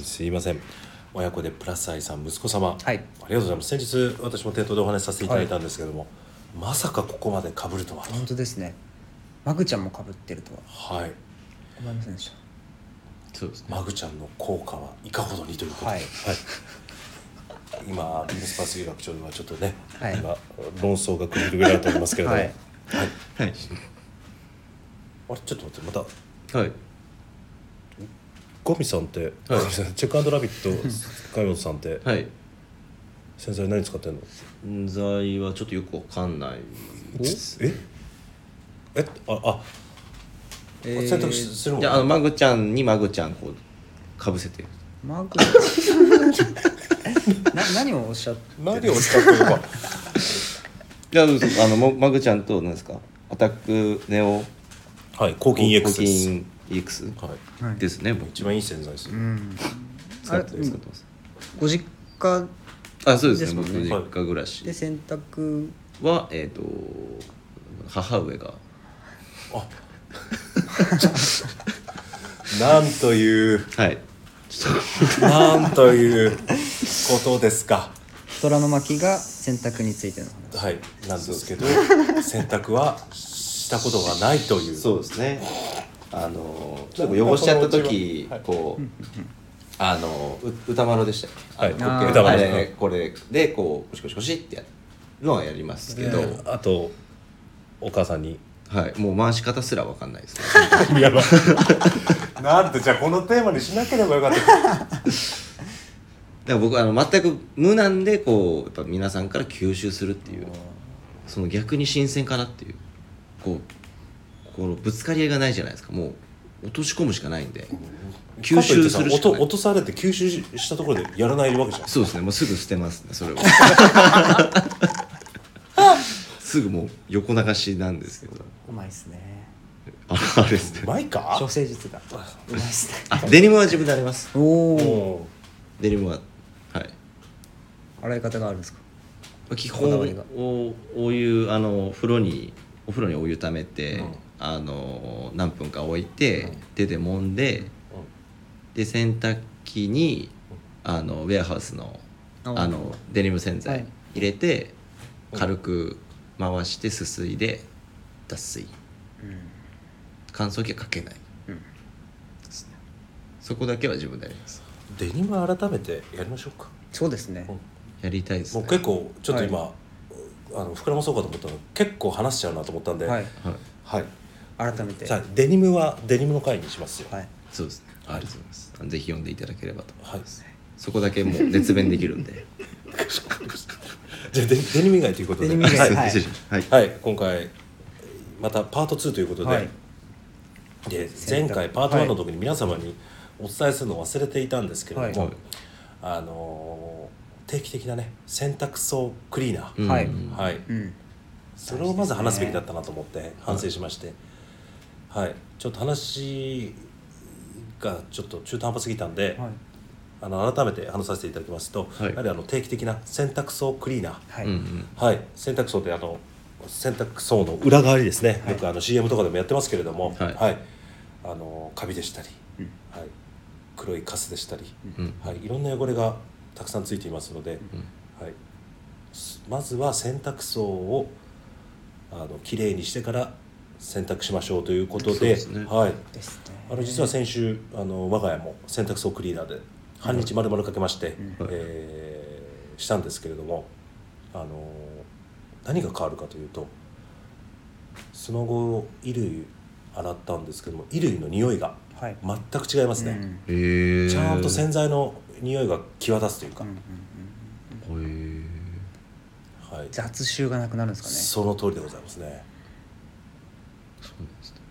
すいません。親子でプラス愛さん息子様、 はい、 ありがとうございます。先日私も店頭でお話しさせていただいたんですけども、まさかここまで被るとは。 本当ですね。マグちゃんも被ってるとは。 はい。 思いませんでした。 そうですね。 マグちゃんの効果はいかほどにということで、はい今ビームスパース有楽町ではちょっとね、 はい、 今論争が繰り広げられておりますけれども、はい、 はい、 あれちょっと待ってまた、はい、ゴミさんって、はい、チェック&ラビット上本さんって、はい、洗剤何使ってんの？ 洗剤はちょっとよくわかんないです。 洗濯するもんね。 いやマグちゃんにマグちゃんこうかぶせてる。 マグちゃん何をおっしゃってるのかいやマグちゃんと何ですかアタックネオ、 はい、抗菌 EX です。 抗菌 EX、はい、ですね。 一番いい洗剤です。 使ってます。 ご実家そうですね。僕実家暮らしで洗濯は母上がなんというはいなんということですか。 虎の巻が洗濯についての話、 はい、なんですけど洗濯はしたことがないという。 そうですね。ちょっと汚しちゃった時こう歌丸でしたっけ？ はい、歌丸これでこうコシコシコシってやるのはやりますけど、 あとお母さんにもう回し方すら分かんないですね。やばい。なんでじゃあこのテーマにしなければよかった。だから僕全く無なんでこうやっぱ皆さんから吸収するっていう、その逆に新鮮かなっていう、このぶつかり合いがないじゃないですか。もう落とし込むしかないんで、吸収するしかない。 落とされて吸収したところでやらないわけじゃん。 そうですね。もうすぐ捨てますねそれは。すぐもう横流しなんですけど。 うまいっすね。 あれですね。 うまいか処世術がうまいですね。 あ、デニムは自分で洗います。 おお。 おデニムははい。 洗い方があるんですか。 基本こだわりがお湯お風呂にお湯ためて、 うん何分か置いて、 うん手で揉んで、で洗濯機にウェアハウスのデニム洗剤入れて、軽く回してすすいで脱水、乾燥機はかけない、そこだけは自分でやります。 デニム改めてやりましょうか。 そうですね。 やりたいですね。 もう結構ちょっと今、膨らまそうかと思ったの結構話しちゃうなと思ったんで、 はい。 はい、 改めて。 じゃあデニムはデニムの回にしますよ。 はい。 そうですね、ありがとうございます。ぜひ読んでいただければと。 はいそこだけもう熱弁できるんでじゃあデニム以外ということで、 デニム以外はいはいはいはい、今回またパート2ということで、 はいで前回パート1の時に皆様にお伝えするのを忘れていたんですけれども、定期的なね洗濯槽クリーナー、 はい。 はい、 うん。 それをまず話すべきだったなと思って反省しまして、はい、ちょっと話がちょっと中途半端すぎたんで、 はい。 改めて話させていただきますと、 はいやはり定期的な洗濯槽クリーナー、 はい。 はい、洗濯槽って洗濯槽の裏側にですね、よくCM とかでもやってますけれども、 はいカビでしたり、はい、黒いカスでしたり、 うんはい、いろんな汚れがたくさんついていますので、はい、まずは洗濯槽をきれいにしてから洗濯しましょうということで、 そうですねはい、 ですね。 実は先週我が家も洗濯槽クリーナーで半日丸々かけまして、したんですけれども、何が変わるかというと、その後衣類洗ったんですけども、衣類の匂いがはい。 全く違いますね、 うんへえ。 ちゃんと洗剤の匂いが際立つというか、 へえ。 はい、 雑臭がなくなるんですかね。 その通りでございますね。 そうなんですね。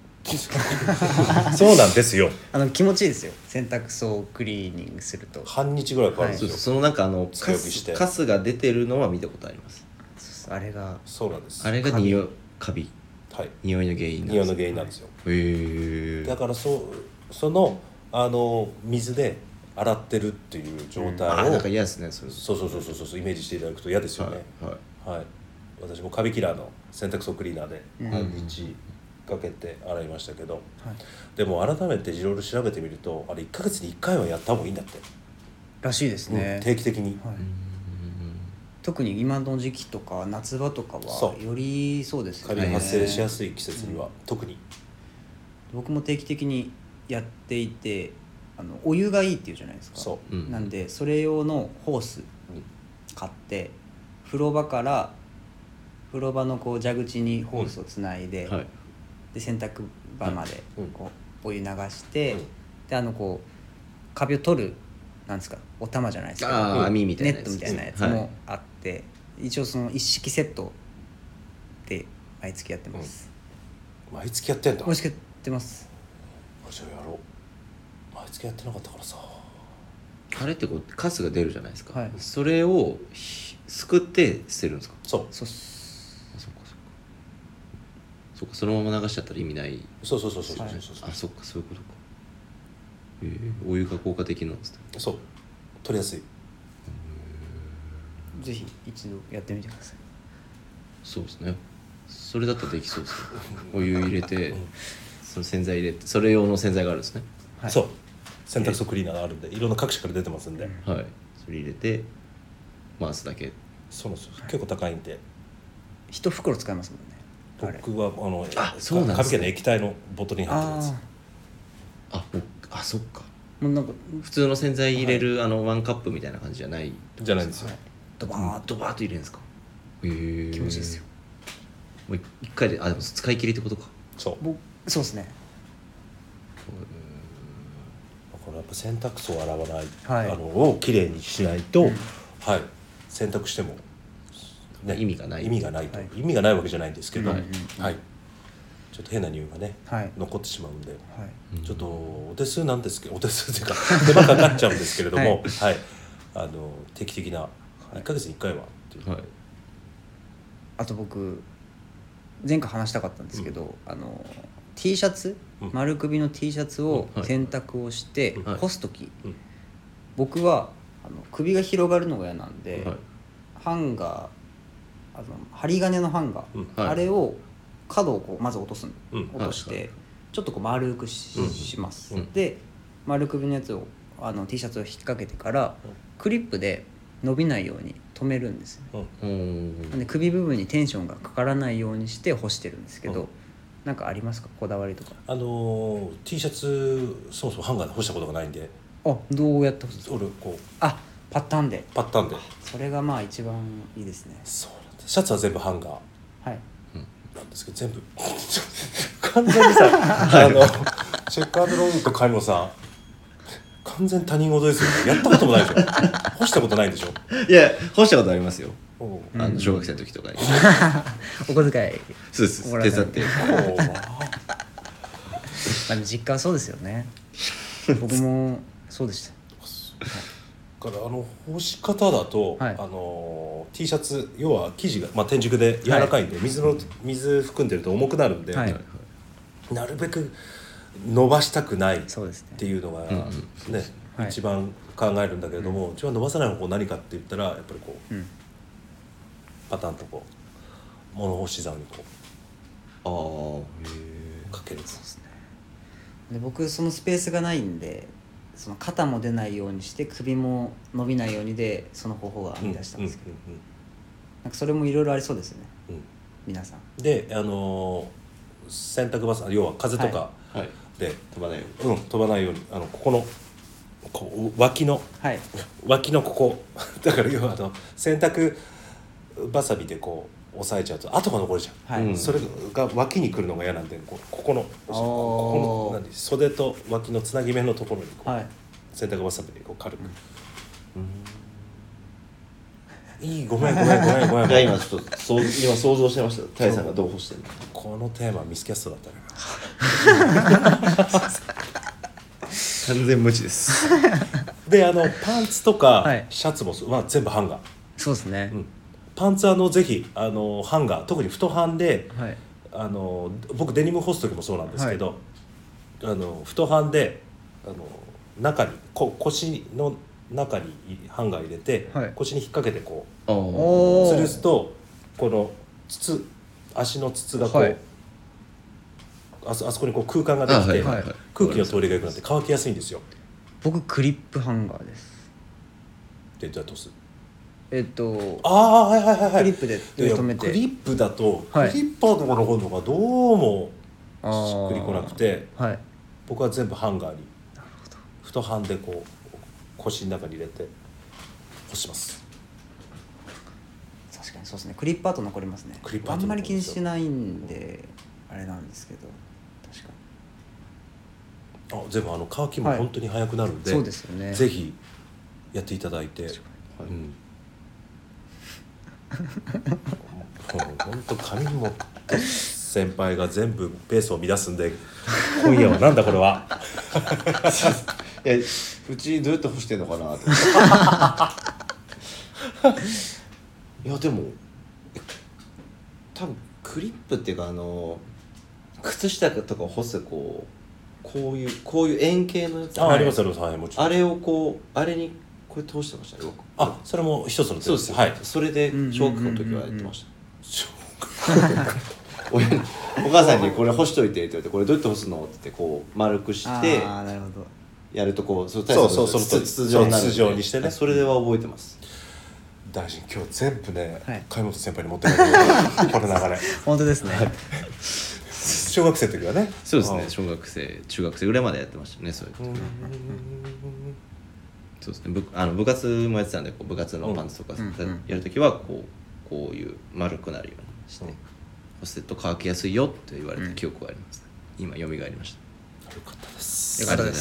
そうなんですよ。 気持ちいいですよ。洗濯槽クリーニングすると。 半日ぐらいかかるんですよ、 そのなんかつけ置きしてカスが出てるのは見たことあります。 あれがそうなんです。 あれがカビはい、 匂いの原因なん匂いのです。 原因なんですよ。 へえ。 だからその水で洗ってるっていう状態を、 なんか嫌ですねそれ。 そうイメージしていただくと嫌ですよね。 はいはい、私もカビキラーの洗濯槽クリーナーで半日かけて洗いましたけど、でも改めていろいろ調べてみると、あれ1ヶ月に1回はやった方がいいんだって、 らしいですね。 定期的に、 はい。特に今の時期とか夏場とかはそうよりそうですよね。 カビが発生しやすい季節には特に、 僕も定期的にやっていて、お湯がいいっていうじゃないですか。 そなんでそれ用のホース買って、風呂場のこう蛇口にホースをつないで、 はい。 で洗濯場までこうお湯流して、 うんでこうカビを取るなんですか、お玉じゃないですか、 網みたいなネットみたいなやつはいもあって、一応その一式セットで毎月やってます。 毎月やってんだ。 毎月やってます。 じゃあやろう。毎月やってなかったからさ。 あれってこうカスが出るじゃないですか。 はいそれをすくって捨てるんですか。 そうそうっす。 あ、そっかそっか。そのまま流しちゃったら意味ない。 そう、 はいあ、そっか、そういうことか。お湯が効果的なんですね。 そう取りやすい。 ぜひ一度やってみてください。 そうですね。それだったらできそうですね。お湯入れて、その洗剤入れて、それ用の洗剤があるんですね。 はいそう洗濯槽クリーナーがあるんで、いろんな各社から出てますんで、 はい。それ入れて回すだけ。 そうなんですよ。結構高いんで、 一袋使いますもんね。あれ僕はそうなんですねカビ系の液体のボトルに入ってるやつ。 そっか。 もうなんか普通の洗剤入れる、ワンカップみたいな感じじゃない。 じゃないんですよ。 ドバーッとドバーッと入れるんですか。へえ。 気持ちいいですよ。 もう一回で、でも使い切りってことか。 そう僕そうですね。 だからやっぱ洗濯槽を洗わない、 はいをきれいにしないと、はい、洗濯しても、ね、 意味がない意味がないと、 はい意味がないわけじゃないんですけど、 うんはい、ちょっと変な匂いがね、 はい残ってしまうんで、 はい。 ちょっとお手数なんですけど、お手数というか手間かかっちゃうんですけれども、はい定期的な1ヶ月に1回はっていう、 はい。 あと僕前回話したかったんですけど、 T シャツ、丸首の T シャツを洗濯をしてはい干す時、 うん僕は首が広がるのが嫌なんで、 はいハンガー針金のハンガー、 うんはいあれを角をこうまず落とす、 うん落として、 はいちょっとこう丸くうんします、 うんで丸首のやつをT シャツを引っ掛けてからクリップで伸びないように留めるんですよね。なんで首部分にテンションがかからないようにして干してるんですけど、なんかありますか、こだわりとか。 T シャツそもそもハンガーで干したことがないんで、 どうやって干すんですか。 俺こうパッタンで。 パッタンで。 それがまあ一番いいですね。 そうなんです。シャツは全部ハンガーはい。 なんですけど、全部完全にさチェックアンドロールと貝本さん完全他人事ですよね。やったこともないでしょ。干したことないんでしょ。 いや干したことありますよ。 おう小学生の時とかにお小遣い。 そうですもらえた手伝ってでも実家はそうですよね。僕もそうでした。 だから干し方だと、 はい T シャツ要は生地が、天軸で柔らかいんで、水含んでると重くなるんで、 はいなるべく伸ばしたくないっそうですねていうのがうんね、 はい一番考えるんだけれども、一番伸ばさない方法何かって言ったらやっぱりこう、 うんパタンとこう物干し竿にこあうかける。 で僕そのスペースがないんで、その肩も出ないようにして首も伸びないようにでその方法が編み出したんですけど、なんかそれもいろいろありそうですよね、 うんうんうん皆さん。 で洗濯バサ要は風とかあはいで、 飛ばないよ飛ばないようにここのこう脇のはいここだから要は洗濯バサミでこう押さえちゃうと跡が残るじゃん、 はい、 うんそれが脇に来るのが嫌なんでここのここの袖と脇のつなぎ目のところにこう、 はい、 洗濯バサミでこう軽く、 うんいいごめんごめんごめんごめんいや今ちょっと今想像してましたタイさんがどう干してるのこのテーマミスキャストだったね完全無知ですでパンツとかはいシャツも、全部ハンガー、 そうですね、 パンツぜひハンガー特に太ハンではい僕デニム干す時もそうなんですけど、太ハンで中に腰の中にハンガー入れて、 はい腰に引っ掛けてこうおー吊るすとこの足の筒がこう、 はいあそこにこう空間ができて、 はいはいはい空気の通りが良くなって乾きやすいんですよ。 僕クリップハンガーです。 でどうやって押す？はいはいはいはい。 クリップで留めて、 クリップだと、 はいクリッパーのところのがどうもあーしっくりこなくて、 はい、 僕は全部ハンガーに太ハンでこう腰の中に入れて干します。 確かにそうですね。クリップアート残りますね。 クリップアートあんまり気にしないんであれなんですけど、確かに全部乾きも本当に早くなるんで、 そうですよね。 ぜひやっていただいて、本当上本先輩が全部ペースを乱すんで、今夜はなんだこれは。 いやうちどうやって干してんのかなといやでも多分クリップっていうか靴下とかを干すこういう円形のやつありますあります、はい、もちろん。 あれをあれにこれ通してましたね僕。 それも一つの手そうですはい。 それで小学校の時はやってました親にお母さんにこれ干しといてって言われてこれどうやって干すのって言ってこう丸くしてあーなるほど。 やるとこうそう筒状になるんで筒状にしてねそれでは覚えてます大臣今日全部ね、 はい貝本先輩に持ってかれるこの流れ本当ですね。 小学生の時はね。 そうですね小学生中学生ぐらいまでやってましたねそういうそうですね部活もやってたんでこう部活のパンツとかやるときはこういう丸くなるようにして干すと乾きやすいよって言われた記憶があります、今蘇りました。 よかったです。 よかったです。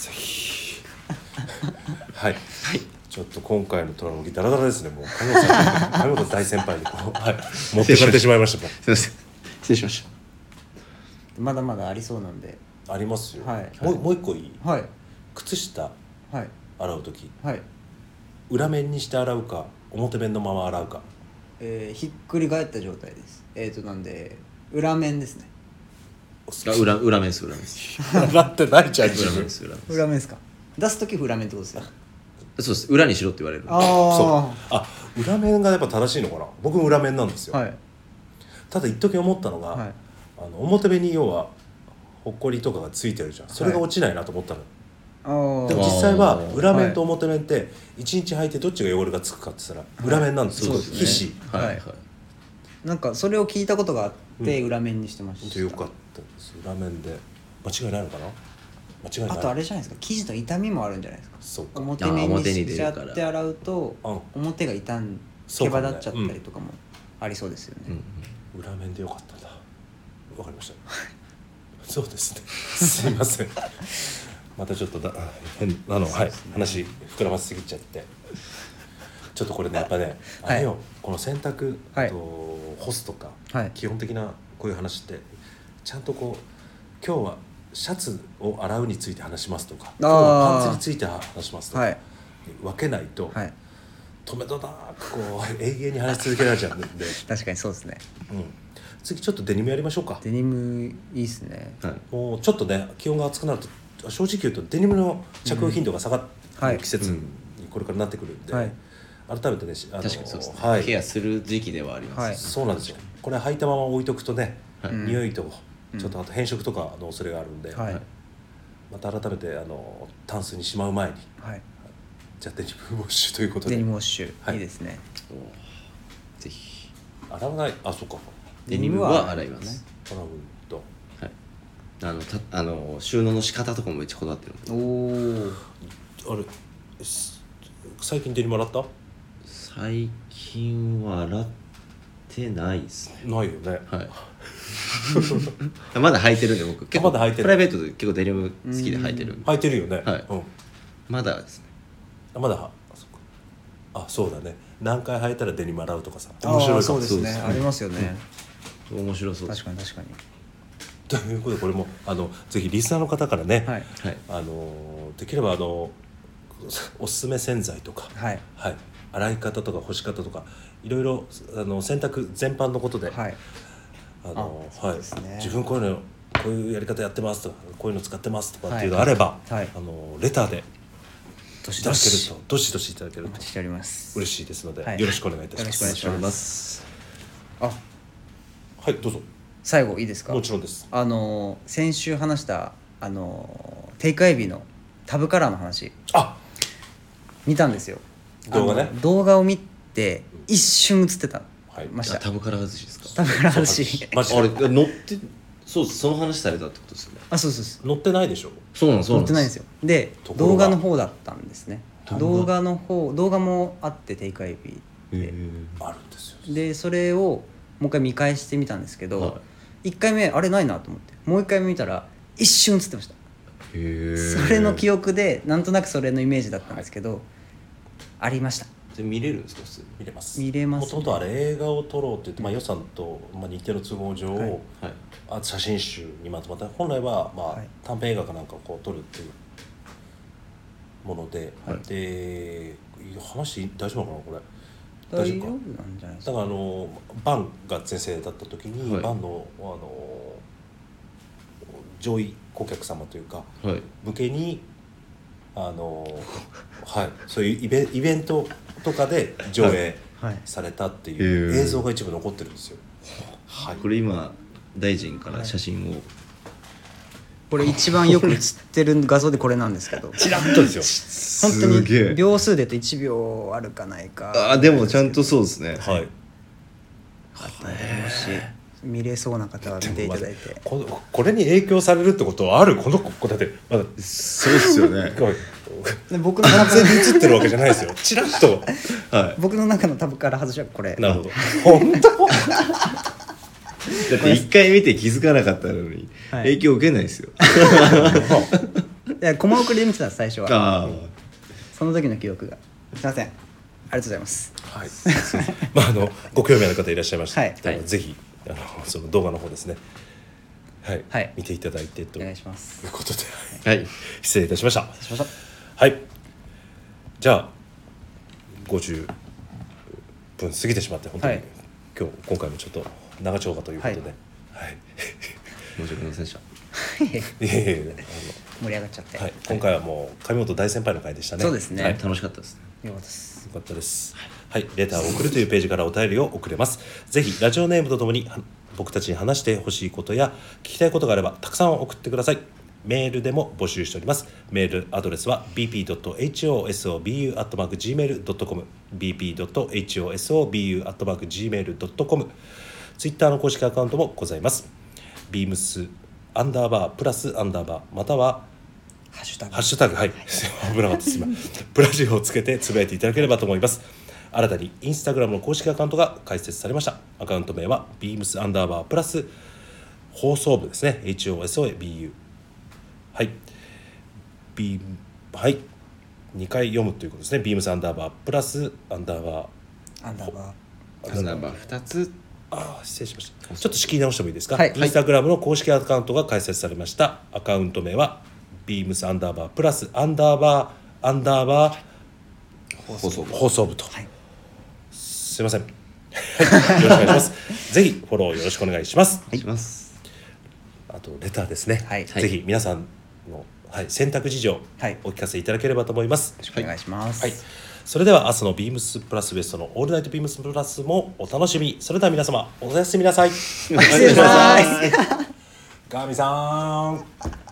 ぜひはい、ちょっと今回のトラノギダラダラですね。もう貝本大先輩に持ってかれてしまいましたもん。 すいません失礼しましまだまだありそうなんで。 ありますよ。 はいもう一個いい？ はい靴下はい洗う時、 はい。 裏面にして洗うか表面のまま洗うか。 ひっくり返った状態です。なんで裏面ですね。 裏面です裏面ですなってないじゃん自分裏面です裏面です裏面ですか。出す時裏面ってことですよ。 そうです裏にしろって言われるそう裏面がやっぱ正しいのかな。僕も裏面なんですよ、 はいただ一時思ったのが、 はい表面に要はほっこりとかがついてるじゃん。それが落ちないなと思ったの、でも実際は裏面と表面って1日履いてどっちが汚れがつくかって言ったら裏面なんですよ、皮脂。 はいはいなんかそれを聞いたことがあって裏面にしてました。 よかったです。裏面で間違いないのかな。間違いない。 あとあれじゃないですか、生地の傷みもあるんじゃないですか。 そうか。 表面にしちゃって洗うと表が傷ん毛羽立っちゃったりとかもありそうですよね。 裏面でよかったんだ。わかりましたそうですねすいませんまたちょっと話膨らましすぎちゃってちょっとこれねやっぱね、あれよ、この洗濯、干すとか、基本的なこういう話ってちゃんとこう今日はシャツを洗うについて話しますとか今日はパンツについて話しますとか、分けないと、止めどなくこう永遠に話し続けられちゃうんで確かにそうですね。 次ちょっとデニムやりましょうか。 デニムいいっすね。 もうちょっとね気温が暑くなると正直言うとデニムの着用頻度が下がってる季節にこれからなってくるんで、改めてね確かにそうですね、ケアする時期ではあります、 そうなんですよ。これ履いたまま置いとくとね、匂いとちょっとあと変色とかの恐れがあるんで、また改めてタンスにしまう前に、じゃあデニムウォッシュということで。 デニムウォッシュ、いいですね。 ぜひ洗わない。そうか。 デニムは洗います。 洗うと、 収納の仕方とかもめっちゃこだわってるんで。 あれ最近デニム洗った？ 最近は洗ってないですね。 ないよね。 まだ履いてるんで僕結構まだ履いてる。 プライベートで結構デニム好きで履いてる。 履いてるよね。 まだですね。 まだそうだね。何回履いたらデニム洗うとかさ、面白いかも。 そうですね。ありますよね。 面白そう。 確かに確かに。 ということでこれもぜひリスナーの方からね、できればおすすめ洗剤とか、洗い方とか干し方とかいろいろ洗濯全般のことで、自分こういうやり方やってますとかこういうの使ってますとかっていうのがあれば、レターでどしどしいただけると嬉しいですので、よろしくお願いいたします。 よろしくお願いします。 はい、どうぞ。 最後いいですか？ もちろんです。 先週話したテイクアイビーのタブカラーの話見たんですよ。動画を見て一瞬映ってたました。 タブカラー外しですか？ タブカラー外し。 あれ乗ってそうその話されたってことですよね。 そうです。 乗ってないでしょ。 そうなんです。 乗ってないんですよ。で動画の方だったんですね。動画もあってテイクアイビーであるんですよ。 でそれをもう一回見返してみたんですけど、1回目あれないなと思ってもう1回目見たら一瞬映ってました。それの記憶でなんとなくそれのイメージだったんですけど、ありました。 見れるんですか？ 見れます。 もともとあれ映画を撮ろうって言って、予算と、日程の都合上、写真集にまとまった本来は、短編映画かなんかを撮るっていうもので、で話大丈夫かなこれ。 大丈夫なんじゃないですか。 だからバンが先生だった時に、バンの上位顧客様というか、向けにそういうイベントとかで上映されたっていう映像が一部残ってるんですよ。 これ今大臣から写真を、 これ一番よく写ってる画像でこれなんですけどチラッとですよ。本当に秒数で言うと1秒あるかないか。 でもちゃんとそうですね。 もし見れそうな方は見ていただいて。 これに影響されるってことはある？こだってまだそうですよね。 僕の完全に映ってるわけじゃないですよ。チラッと。 僕の中のタブから外しはこれ。 なるほど。本当。 だって一回見て気づかなかったのに影響受けないですよ。 コマ送りで見てた最初は。その時の記憶が。すいません。ありがとうございます。 ご興味ある方いらっしゃいましたら、ぜひその動画の方ですね。見ていただいてということで、失礼いたしました。はい。じゃあ50分過ぎてしまって本当に今回もちょっと長丁場ということで、 申し訳ございませんでした。 いやいやいや盛り上がっちゃって、 はい、今回はもう上本大先輩の回でしたね。 そうですね、 はい、楽しかったです。 よかったです。 よかったです。はい、レターを送るというページからお便りを送れます。ぜひラジオネームとともに僕たちに話してほしいことや聞きたいことがあればたくさん送ってください。メールでも募集しております。メールアドレスは bp.hosobu@gmail.com bp.hosobu@gmail.com。 ツイッターの公式アカウントもございます。beams_+_ またはハッシュタグハッシュタグ、はい、危なかったです今プラジオをつけてつぶやいていただければと思います。新たにインスタグラムの公式アカウントが開設されました。アカウント名は beams_+ 放送部ですね。 HOSOBU。 はい、はい、2回読むということですね。beams_+_ アンダーバアンダーバー2つ。 失礼しました。ちょっと仕切り直してもいいですか。 はい、 インスタグラムの公式アカウントが開設されました。アカウント名はbeams_+_ 放送部と、 はい、 すいませんよろしくお願いしますぜひフォローよろしくお願いします。 はい、します。 あとレターですね、 はい、 ぜひ皆さんの、はい、選択事情、 はい、 お聞かせいただければと思います。よろしくお願いします。 はい、それでは明日のビームスプラスウエストのオールナイトビームスプラスもお楽しみに。それでは皆様おやすみなさい。 おやすみなさい。 ガーミさん。